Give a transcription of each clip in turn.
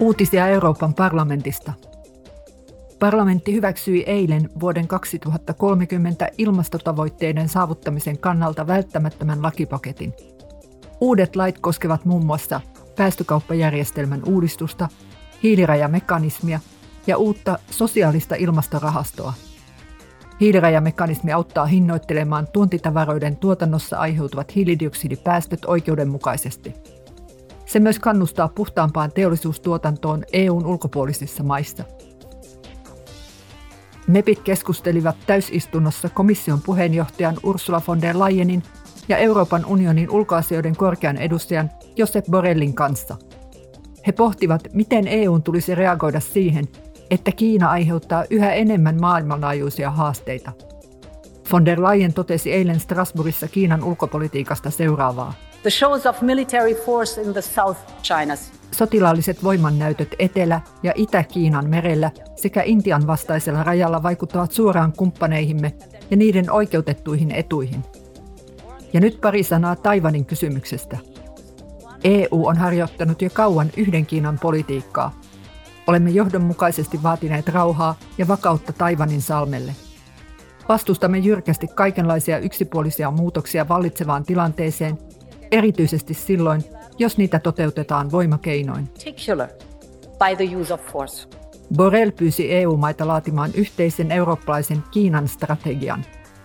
Uutisia Euroopan parlamentista. Parlamentti hyväksyi eilen vuoden 2030 ilmastotavoitteiden saavuttamisen kannalta välttämättömän lakipaketin. Uudet lait koskevat muun muassa päästökauppajärjestelmän uudistusta, hiilirajamekanismia ja uutta sosiaalista ilmastorahastoa. Hiilirajamekanismi auttaa hinnoittelemaan tuontitavaroiden tuotannossa aiheutuvat hiilidioksidipäästöt oikeudenmukaisesti. Se myös kannustaa puhtaampaan teollisuustuotantoon EU:n ulkopuolisissa maissa. MEPit keskustelivat täysistunnossa komission puheenjohtajan Ursula von der Leyenin ja Euroopan unionin ulkoasioiden korkean edustajan Josep Borrellin kanssa. He pohtivat, miten EU:n tulisi reagoida siihen, että Kiina aiheuttaa yhä enemmän maailmanlaajuisia haasteita. Von der Leyen totesi eilen Strasbourgissa Kiinan ulkopolitiikasta seuraavaa. The shows of military force in the South China Sea. Sotilaalliset voimannäytöt Etelä- ja Itä-Kiinan merellä sekä Intian vastaisella rajalla vaikuttavat suoraan kumppaneihimme ja niiden oikeutettuihin etuihin. Ja nyt pari sanaa Taiwanin kysymyksestä. EU on harjoittanut jo kauan yhden Kiinan politiikkaa. Olemme johdonmukaisesti vaatineet rauhaa ja vakautta Taiwanin salmelle. Vastustamme jyrkästi kaikenlaisia yksipuolisia muutoksia vallitsevaan tilanteeseen, erityisesti silloin, jos niitä toteutetaan voimakeinoin. By the use of force. Borrell pyysi EU-maita laatimaan yhteisen eurooppalaisen Kiinan strategian.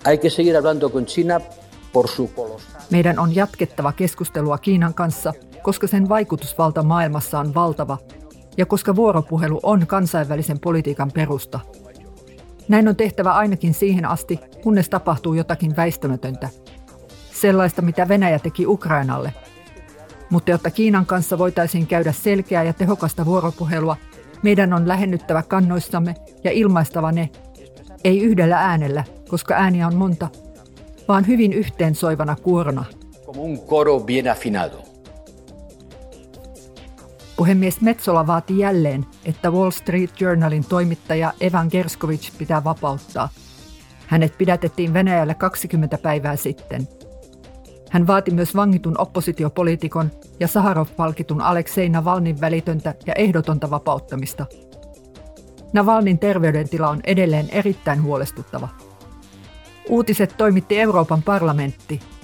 Meidän on jatkettava keskustelua Kiinan kanssa, koska sen vaikutusvalta maailmassa on valtava ja koska vuoropuhelu on kansainvälisen politiikan perusta. Näin on tehtävä ainakin siihen asti, kunnes tapahtuu jotakin väistämätöntä. Sellaista, mitä Venäjä teki Ukrainalle. Mutta jotta Kiinan kanssa voitaisiin käydä selkeää ja tehokasta vuoropuhelua, meidän on lähennyttävä kannoissamme ja ilmaistava ne, ei yhdellä äänellä, koska ääniä on monta, vaan hyvin yhteensoivana kuorona. Puhemies Metsola vaati jälleen, että Wall Street Journalin toimittaja Evan Gershkovich pitää vapauttaa. Hänet pidätettiin Venäjällä 20 päivää sitten. Hän vaati myös vangitun oppositiopoliitikon ja Saharov-palkitun Aleksei Navalnin välitöntä ja ehdotonta vapauttamista. Navalnin terveydentila on edelleen erittäin huolestuttava. Uutiset toimitti Euroopan parlamentti.